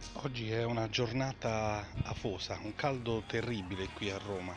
Oggi è una giornata afosa, un caldo terribile qui a Roma.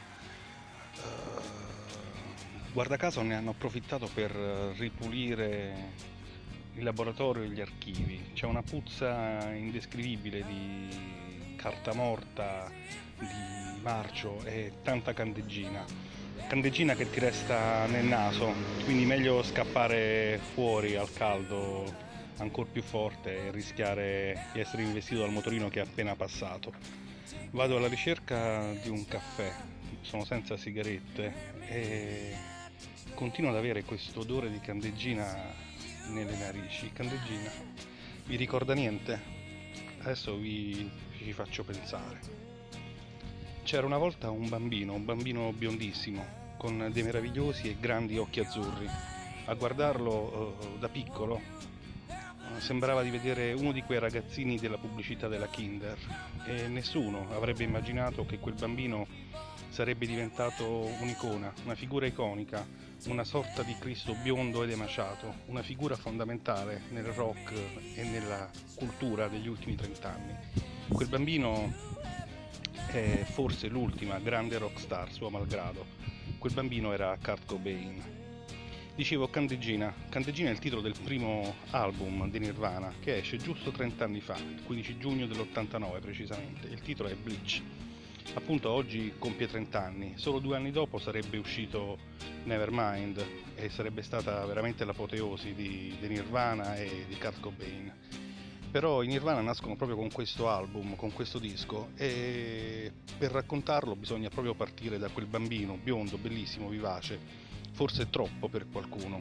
Guarda caso ne hanno approfittato per ripulire il laboratorio e gli archivi. C'è una puzza indescrivibile di carta morta, di marcio e tanta candeggina. Candeggina che ti resta nel naso, quindi meglio scappare fuori al caldo ancora più forte e rischiare di essere investito dal motorino che è appena passato. Vado alla ricerca di un caffè, sono senza sigarette e continuo ad avere questo odore di candeggina nelle narici. Candeggina, vi ricorda niente? Adesso vi ci faccio pensare. C'era una volta un bambino biondissimo, con dei meravigliosi e grandi occhi azzurri. A guardarlo da piccolo sembrava di vedere uno di quei ragazzini della pubblicità della Kinder e nessuno avrebbe immaginato che quel bambino sarebbe diventato un'icona, una figura iconica, una sorta di Cristo biondo ed emaciato, una figura fondamentale nel rock e nella cultura degli ultimi 30 anni. Quel bambino è forse l'ultima grande rockstar, suo malgrado. Quel bambino era Kurt Cobain. Dicevo Candeggina. Candeggina è il titolo del primo album di Nirvana che esce giusto 30 anni fa, il 15 giugno dell'89 precisamente. Il titolo è Bleach. Appunto oggi compie 30 anni, solo 2 anni dopo sarebbe uscito Nevermind e sarebbe stata veramente l'apoteosi di Nirvana e di Kurt Cobain. Però i Nirvana nascono proprio con questo album, con questo disco e per raccontarlo bisogna proprio partire da quel bambino biondo, bellissimo, vivace, forse troppo per qualcuno.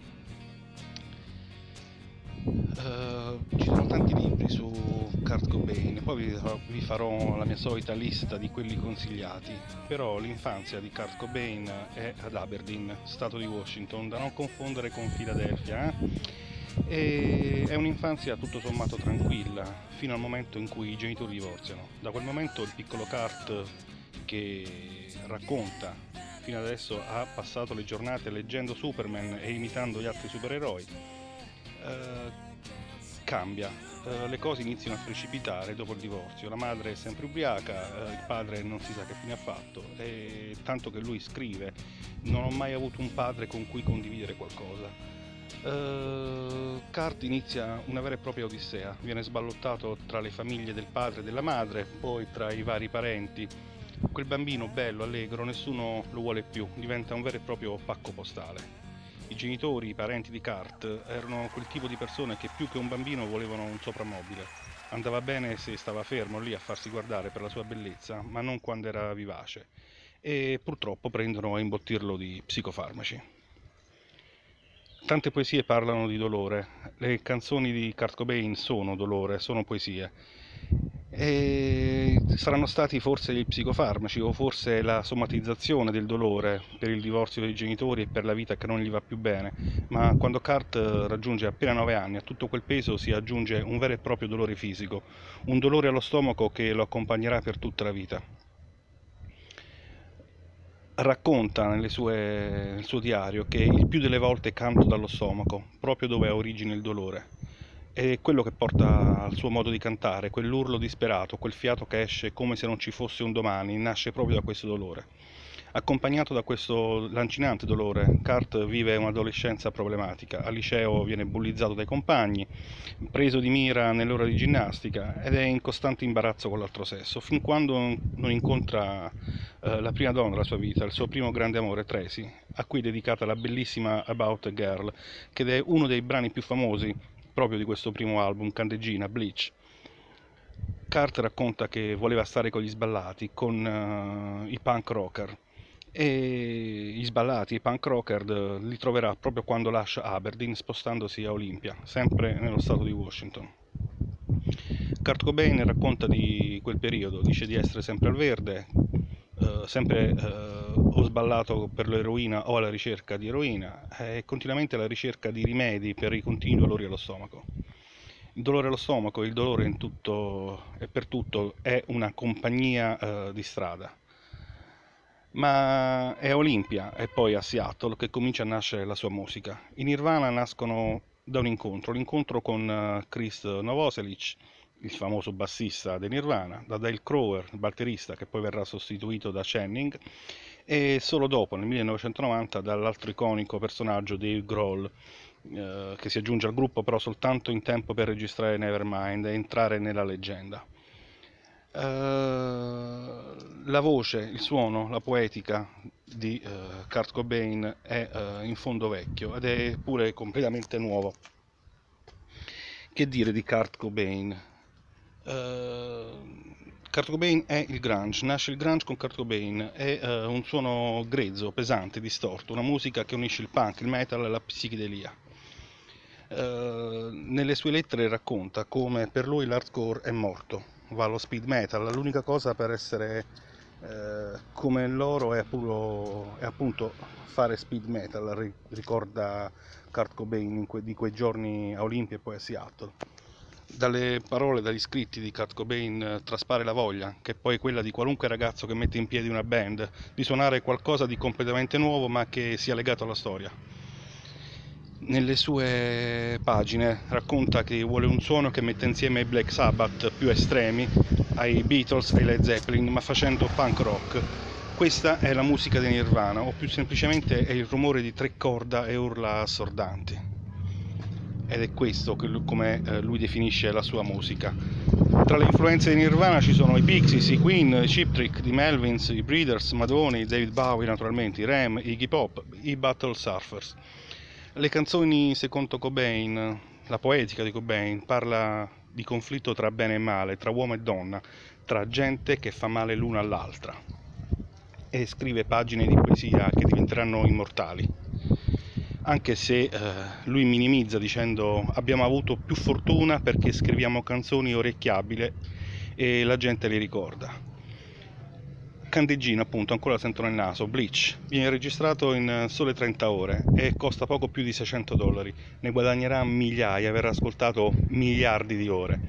Ci sono tanti libri su Kurt Cobain, poi vi farò la mia solita lista di quelli consigliati, però l'infanzia di Kurt Cobain è ad Aberdeen, stato di Washington, da non confondere con Filadelfia, E è un'infanzia tutto sommato tranquilla, fino al momento in cui i genitori divorziano. Da quel momento il piccolo Kurt, che racconta fino adesso ha passato le giornate leggendo Superman e imitando gli altri supereroi, eh, cambia. Le cose iniziano a precipitare dopo il divorzio. La madre è sempre ubriaca, il padre non si sa che fine ha fatto, e tanto che lui scrive: non ho mai avuto un padre con cui condividere qualcosa. Kurt inizia una vera e propria odissea, viene sballottato tra le famiglie del padre e della madre, poi tra i vari parenti. Quel bambino bello, allegro, nessuno lo vuole più, diventa un vero e proprio pacco postale. I genitori, i parenti di Kurt, erano quel tipo di persone che più che un bambino volevano un soprammobile. Andava bene se stava fermo lì a farsi guardare per la sua bellezza, ma non quando era vivace. E purtroppo prendono a imbottirlo di psicofarmaci. Tante poesie parlano di dolore, le canzoni di Kurt Cobain sono dolore, sono poesie. E saranno stati forse gli psicofarmaci o forse la somatizzazione del dolore per il divorzio dei genitori e per la vita che non gli va più bene, ma quando Kurt raggiunge appena 9 anni a tutto quel peso si aggiunge un vero e proprio dolore fisico, un dolore allo stomaco che lo accompagnerà per tutta la vita. Racconta nel suo diario che il più delle volte canto dallo stomaco, proprio dove ha origine il dolore. È quello che porta al suo modo di cantare, quell'urlo disperato, quel fiato che esce come se non ci fosse un domani, nasce proprio da questo dolore. Accompagnato da questo lancinante dolore, Kurt vive un'adolescenza problematica. Al liceo viene bullizzato dai compagni, preso di mira nell'ora di ginnastica ed è in costante imbarazzo con l'altro sesso, fin quando non incontra la prima donna della sua vita, il suo primo grande amore, Tracy, a cui è dedicata la bellissima About a Girl, che è uno dei brani più famosi proprio di questo primo album, Candeggina, Bleach. Kurt racconta che voleva stare con gli sballati, con i punk rocker, e gli sballati, i punk rocker li troverà proprio quando lascia Aberdeen spostandosi a Olympia, sempre nello stato di Washington. Kurt Cobain racconta di quel periodo, dice di essere sempre al verde, sempre o sballato per l'eroina o alla ricerca di eroina e continuamente alla ricerca di rimedi per i continui dolori allo stomaco. Il dolore allo stomaco, il dolore in tutto e per tutto è una compagnia di strada. Ma è a Olympia e poi a Seattle che comincia a nascere la sua musica. I Nirvana nascono da un incontro, l'incontro con Chris Novoselic, il famoso bassista dei Nirvana, da Dale Crower, il batterista che poi verrà sostituito da Channing, e solo dopo, nel 1990, dall'altro iconico personaggio Dave Grohl, che si aggiunge al gruppo però soltanto in tempo per registrare Nevermind e entrare nella leggenda. La voce, il suono, la poetica di Kurt Cobain è in fondo vecchio ed è pure completamente nuovo. Che dire di Kurt Cobain? Kurt Cobain è il grunge, nasce il grunge con Kurt Cobain, è un suono grezzo, pesante, distorto, una musica che unisce il punk, il metal e la psichedelia. Nelle sue lettere racconta come per lui l'hardcore è morto, va allo speed metal, l'unica cosa per essere come loro è appunto fare speed metal, ricorda Kurt Cobain di quei giorni a Olimpia e poi a Seattle. Dalle parole, dagli scritti di Kurt Cobain traspare la voglia, che è poi quella di qualunque ragazzo che mette in piedi una band, di suonare qualcosa di completamente nuovo ma che sia legato alla storia. Nelle sue pagine racconta che vuole un suono che metta insieme i Black Sabbath più estremi, ai Beatles, ai Led Zeppelin, ma facendo punk rock. Questa è la musica dei Nirvana, o più semplicemente è il rumore di 3 corda e urla assordanti. Ed è questo come lui definisce la sua musica. Tra le influenze di Nirvana ci sono i Pixies, i Queen, i Cheap Trick, i Melvins, i Breeders, Madonna, David Bowie naturalmente, i Rem, i Iggy Pop, i Battle Surfers. Le canzoni secondo Cobain, la poetica di Cobain parla di conflitto tra bene e male, tra uomo e donna, tra gente che fa male l'una all'altra, e scrive pagine di poesia che diventeranno immortali, anche se lui minimizza dicendo abbiamo avuto più fortuna perché scriviamo canzoni orecchiabili e la gente le ricorda. Candeggina, appunto, ancora la sento nel naso. Bleach viene registrato in sole 30 ore e costa poco più di $600. Ne guadagnerà migliaia, verrà ascoltato miliardi di ore.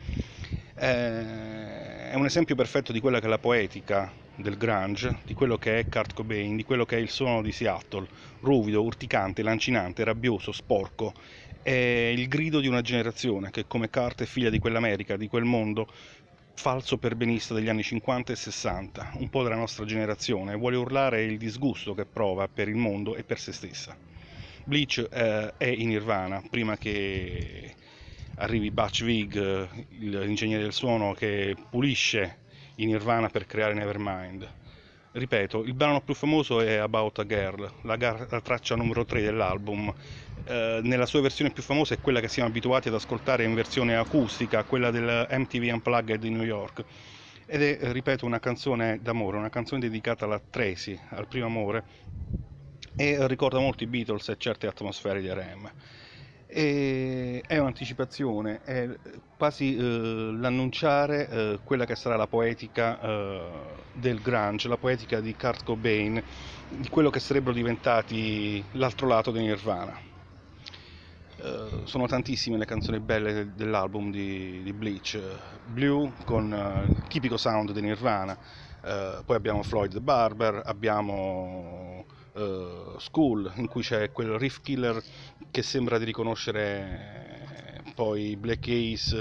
È un esempio perfetto di quella che è la poetica del grunge, di quello che è Kurt Cobain, di quello che è il suono di Seattle, ruvido, urticante, lancinante, rabbioso, sporco. È il grido di una generazione che, come Kurt, è figlia di quell'America, di quel mondo falso perbenista degli anni 50 e 60, un po' della nostra generazione, vuole urlare il disgusto che prova per il mondo e per se stessa. Bleach è in Nirvana prima che arrivi Butch Vig, l'ingegnere del suono che pulisce in Nirvana per creare Nevermind. Ripeto, il brano più famoso è About a Girl, la traccia numero 3 dell'album. Nella sua versione più famosa è quella che siamo abituati ad ascoltare in versione acustica, quella del MTV Unplugged di New York. Ed è, ripeto, una canzone d'amore, una canzone dedicata alla Tracy, al primo amore, e ricorda molto i Beatles e certe atmosfere di R.E.M. E è un'anticipazione, è quasi l'annunciare quella che sarà la poetica del grunge, la poetica di Kurt Cobain, di quello che sarebbero diventati l'altro lato di Nirvana. Sono tantissime le canzoni belle dell'album di Bleach. Blue con il tipico sound di Nirvana, poi abbiamo Floyd the Barber, abbiamo School, in cui c'è quel riff killer che sembra di riconoscere poi Black Ace,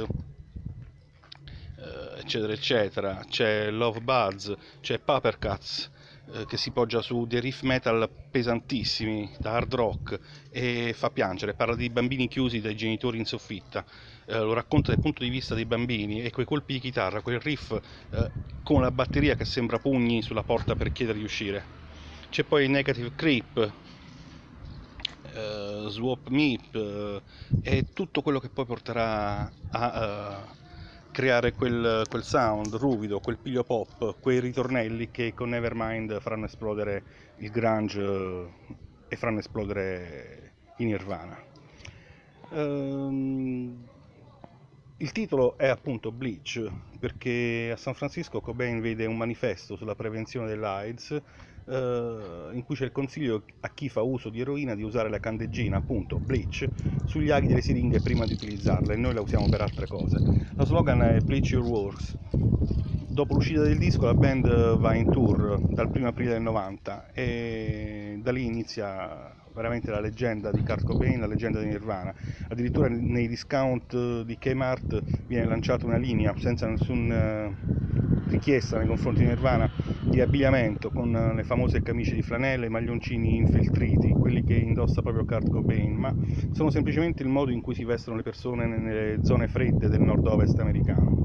eccetera eccetera. C'è Love Buzz, c'è Papercutz, che si poggia su dei riff metal pesantissimi da hard rock e fa piangere, parla di bambini chiusi dai genitori in soffitta, lo racconta dal punto di vista dei bambini e quei colpi di chitarra, quel riff con la batteria che sembra pugni sulla porta per chiedere di uscire. C'è poi Negative Creep, Swap Meep, e tutto quello che poi porterà a creare quel sound ruvido, quel piglio pop, quei ritornelli che con Nevermind faranno esplodere il grunge e faranno esplodere i Nirvana. Il titolo è appunto Bleach perché a San Francisco Cobain vede un manifesto sulla prevenzione dell'AIDS in cui c'è il consiglio a chi fa uso di eroina di usare la candeggina, appunto Bleach, sugli aghi delle siringhe prima di utilizzarla, e noi la usiamo per altre cose. Lo slogan è Bleach Your Works. Dopo l'uscita del disco la band va in tour dal 1 aprile del 90 e da lì inizia veramente la leggenda di Kurt Cobain, la leggenda di Nirvana. Addirittura nei discount di Kmart viene lanciata una linea senza nessuna richiesta nei confronti di Nirvana di abbigliamento, con le famose camicie di flanella, i maglioncini infeltriti, quelli che indossa proprio Kurt Cobain, ma sono semplicemente il modo in cui si vestono le persone nelle zone fredde del nord-ovest americano.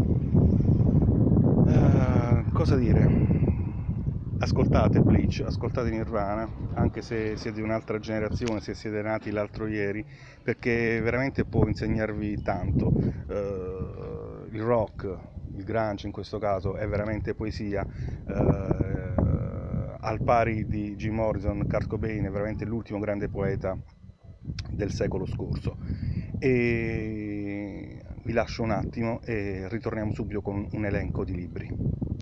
Cosa dire? Ascoltate Bleach, ascoltate Nirvana, anche se siete di un'altra generazione, se siete nati l'altro ieri, perché veramente può insegnarvi tanto. Il rock, il grunge in questo caso, è veramente poesia. Al pari di Jim Morrison, Kurt Cobain è veramente l'ultimo grande poeta del secolo scorso. E vi lascio un attimo e ritorniamo subito con un elenco di libri.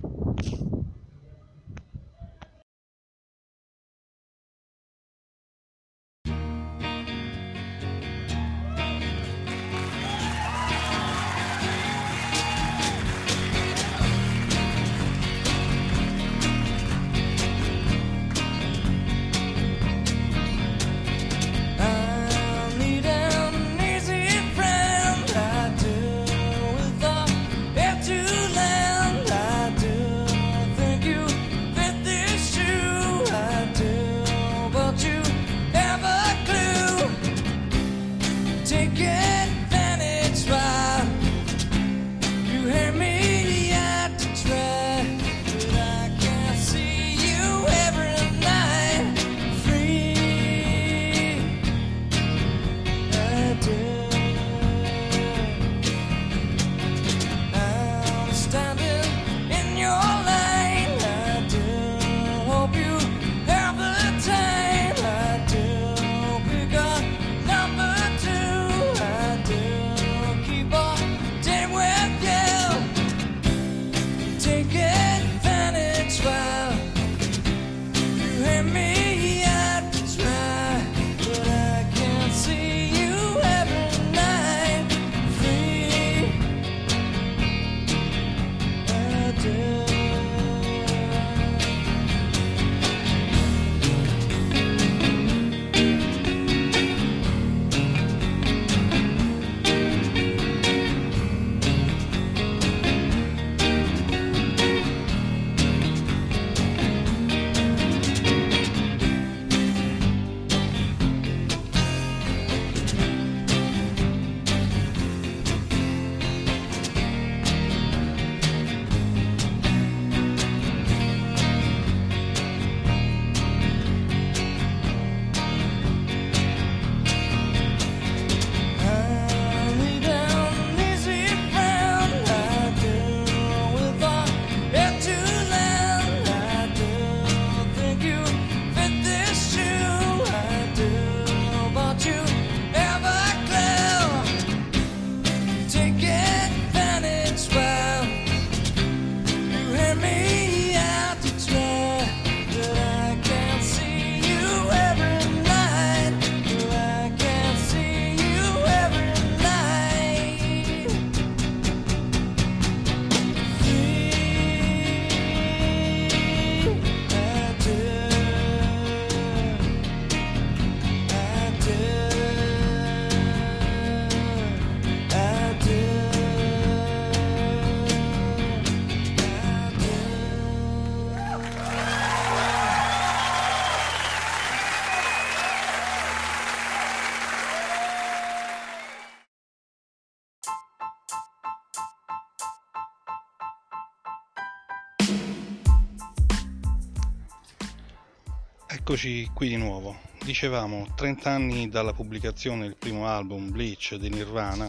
Eccoci qui di nuovo. Dicevamo 30 anni dalla pubblicazione del primo album Bleach di Nirvana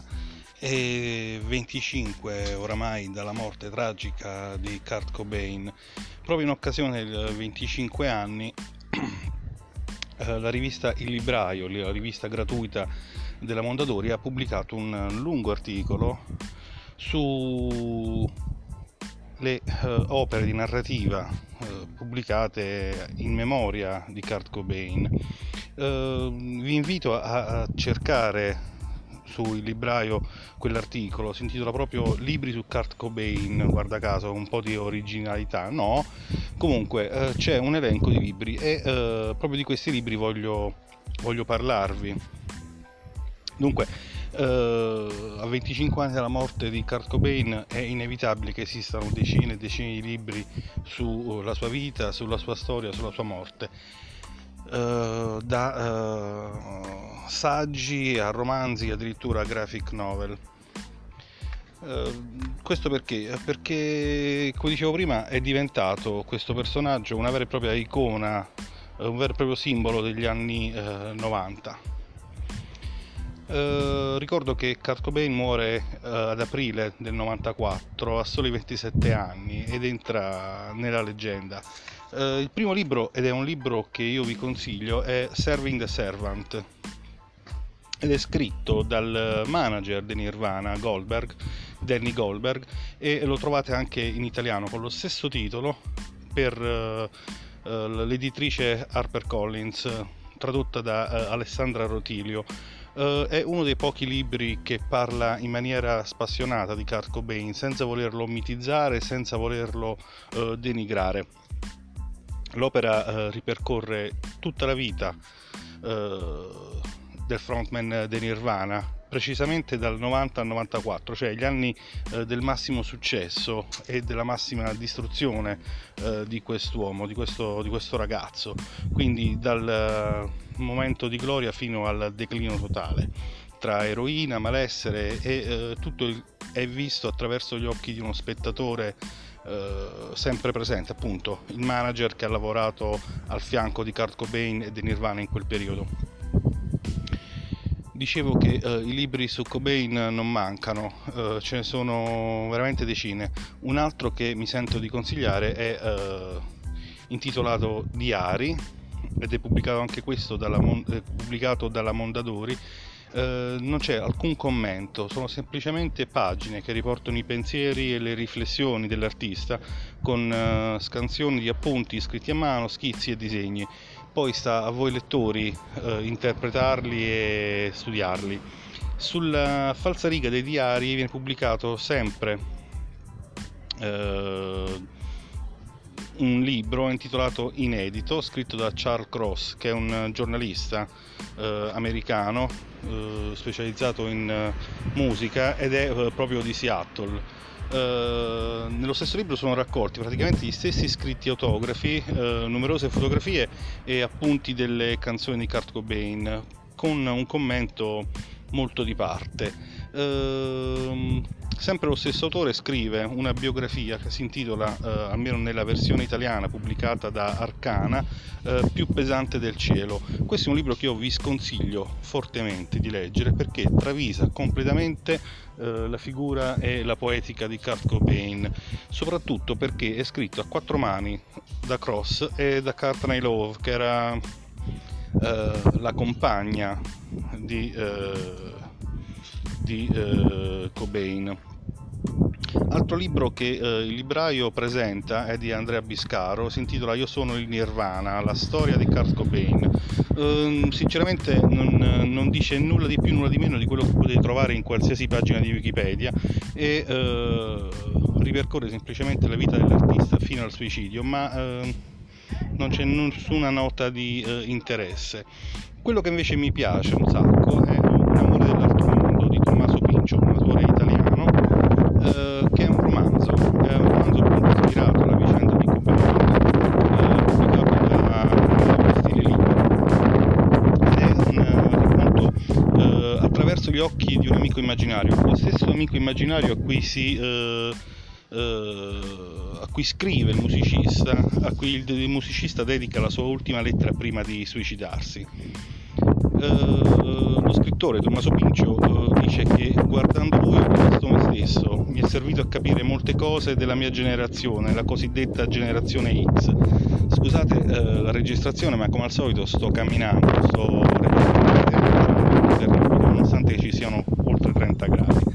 e 25 oramai dalla morte tragica di Kurt Cobain. Proprio in occasione dei 25 anni la rivista Il Libraio, la rivista gratuita della Mondadori, ha pubblicato un lungo articolo su le opere di narrativa pubblicate in memoria di Kurt Cobain. Vi invito a cercare sul libraio quell'articolo, si intitola proprio Libri su Kurt Cobain, guarda caso, un po' di originalità, no? Comunque c'è un elenco di libri e proprio di questi libri voglio voglio parlarvi. Dunque, a 25 anni dalla morte di Kurt Cobain è inevitabile che esistano decine e decine di libri sulla sua vita, sulla sua storia, sulla sua morte, da saggi a romanzi, addirittura a graphic novel. Questo perché? Perché, come dicevo prima, è diventato questo personaggio una vera e propria icona, un vero e proprio simbolo degli anni 90. Ricordo che Kurt Cobain muore ad aprile del 94 a soli 27 anni ed entra nella leggenda. Il primo libro, ed è un libro che io vi consiglio, è Serving the Servant ed è scritto dal manager di Nirvana, Danny Goldberg, e lo trovate anche in italiano con lo stesso titolo per l'editrice HarperCollins, tradotta da Alessandra Rotilio. È uno dei pochi libri che parla in maniera spassionata di Kurt Cobain, senza volerlo mitizzare, senza volerlo denigrare. L'opera ripercorre tutta la vita del frontman di Nirvana, precisamente dal 90 al 94, cioè gli anni del massimo successo e della massima distruzione di quest'uomo, di questo ragazzo, quindi dal momento di gloria fino al declino totale, tra eroina, malessere, e tutto è visto attraverso gli occhi di uno spettatore sempre presente, appunto il manager che ha lavorato al fianco di Kurt Cobain e di Nirvana in quel periodo. Dicevo che i libri su Cobain non mancano, ce ne sono veramente decine. Un altro che mi sento di consigliare è intitolato Diari, ed è pubblicato anche questo pubblicato dalla Mondadori. Non c'è alcun commento, sono semplicemente pagine che riportano i pensieri e le riflessioni dell'artista con scansioni di appunti scritti a mano, schizzi e disegni. Poi sta a voi lettori interpretarli e studiarli. Sulla falsariga dei diari viene pubblicato sempre un libro intitolato Inedito, scritto da Charles Cross, che è un giornalista americano specializzato in musica, ed è proprio di Seattle. Nello stesso libro sono raccolti praticamente gli stessi scritti autografi, numerose fotografie e appunti delle canzoni di Kurt Cobain, con un commento molto di parte. Sempre lo stesso autore scrive una biografia che si intitola, almeno nella versione italiana pubblicata da Arcana, Più pesante del cielo. Questo è un libro che io vi sconsiglio fortemente di leggere, perché travisa completamente la figura e la poetica di Kurt Cobain, soprattutto perché è scritto a quattro mani da Cross e da Courtney Love, che era la compagna di Cobain. Altro libro che il libraio presenta è di Andrea Biscaro, si intitola Io sono il Nirvana, la storia di Kurt Cobain. Sinceramente non dice nulla di più, nulla di meno di quello che potete trovare in qualsiasi pagina di Wikipedia, e ripercorre semplicemente la vita dell'artista fino al suicidio, ma non c'è nessuna nota di interesse. Quello che invece mi piace un sacco è Un amore dell'altro mondo di Tommaso Pincio, un autore italiano, che è un romanzo appunto ispirato alla vicenda di Cobain, pubblicato da Stile Libero, ed è un racconto attraverso gli occhi di un amico immaginario, lo stesso amico immaginario a cui scrive il musicista, a cui il musicista dedica la sua ultima lettera prima di suicidarsi. Lo scrittore Tommaso Pincio dice che guardando lui ho visto me stesso, mi è servito a capire molte cose della mia generazione, la cosiddetta generazione X. Scusate la registrazione, ma come al solito sto camminando, sto registrando, nonostante ci siano oltre 30 gradi.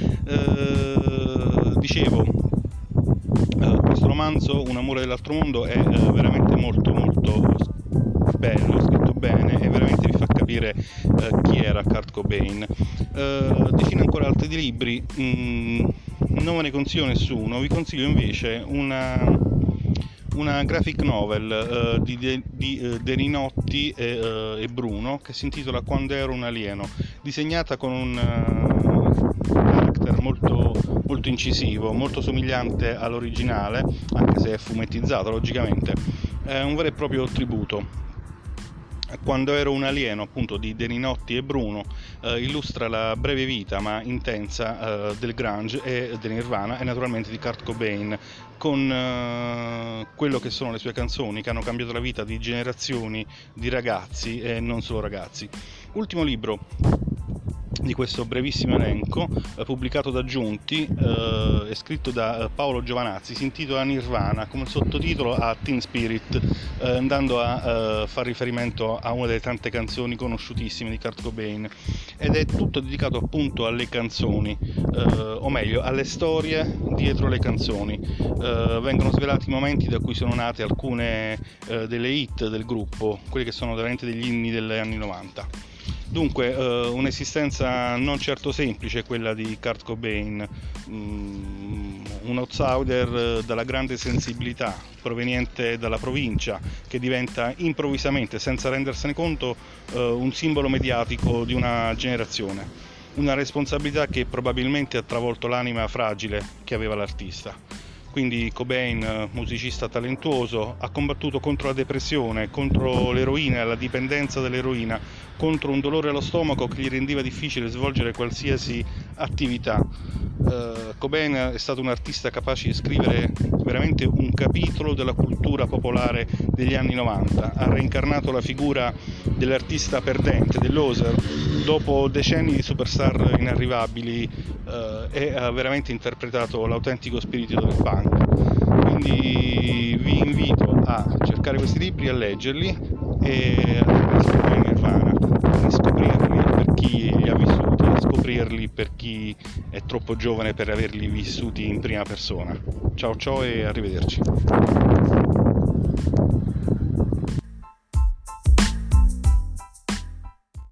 Dicevo, questo romanzo, Un amore dell'altro mondo, è veramente molto molto bello, scritto bene, e veramente vi fa capire chi era Kurt Cobain. Decine ancora altri di libri, non ve ne consiglio nessuno, vi consiglio invece un una graphic novel di Derinotti e Bruno, che si intitola Quando ero un alieno, disegnata con un character molto incisivo, molto somigliante all'originale, anche se è fumettizzato logicamente. È un vero e proprio tributo. Quando ero un alieno, appunto, di Derinotti e Bruno, illustra la breve vita ma intensa del grunge e del Nirvana, e naturalmente di Kurt Cobain, con quello che sono le sue canzoni che hanno cambiato la vita di generazioni di ragazzi e non solo ragazzi. Ultimo libro di questo brevissimo elenco, pubblicato da Giunti e scritto da Paolo Giovanazzi, si intitola Nirvana, come sottotitolo a Teen Spirit, andando a far riferimento a una delle tante canzoni conosciutissime di Kurt Cobain, ed è tutto dedicato appunto alle canzoni, o meglio alle storie dietro le canzoni. Vengono svelati i momenti da cui sono nate alcune delle hit del gruppo, quelli che sono veramente degli inni degli anni 90. Dunque, un'esistenza non certo semplice quella di Kurt Cobain, un outsider dalla grande sensibilità, proveniente dalla provincia, che diventa improvvisamente, senza rendersene conto, un simbolo mediatico di una generazione. Una responsabilità che probabilmente ha travolto l'anima fragile che aveva l'artista. Quindi Cobain, musicista talentuoso, ha combattuto contro la depressione, contro l'eroina e la dipendenza dall'eroina, contro un dolore allo stomaco che gli rendeva difficile svolgere qualsiasi attività. Cobain è stato un artista capace di scrivere veramente un capitolo della cultura popolare degli anni 90. Ha reincarnato la figura dell'artista perdente, del loser, dopo decenni di superstar inarrivabili, e ha veramente interpretato l'autentico spirito del punk. Quindi vi invito a cercare questi libri, a leggerli e a scoprire Nirvana, a riscoprirli per chi li ha vissuti, a scoprirli per chi è troppo giovane per averli vissuti in prima persona. Ciao ciao e arrivederci.